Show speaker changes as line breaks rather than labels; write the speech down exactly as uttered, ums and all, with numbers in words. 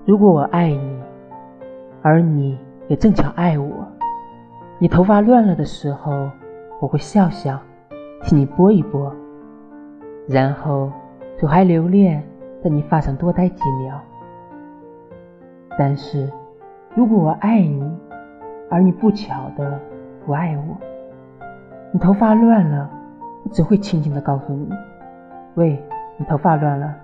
如果我爱你，而你也正巧爱我，你头发乱了的时候，我会笑笑替你拨一拨，然后手还留恋在你发上多待几秒。但是如果我爱你，而你不巧的不爱我，你头发乱了，我只会轻轻地告诉你，喂，你头发乱了，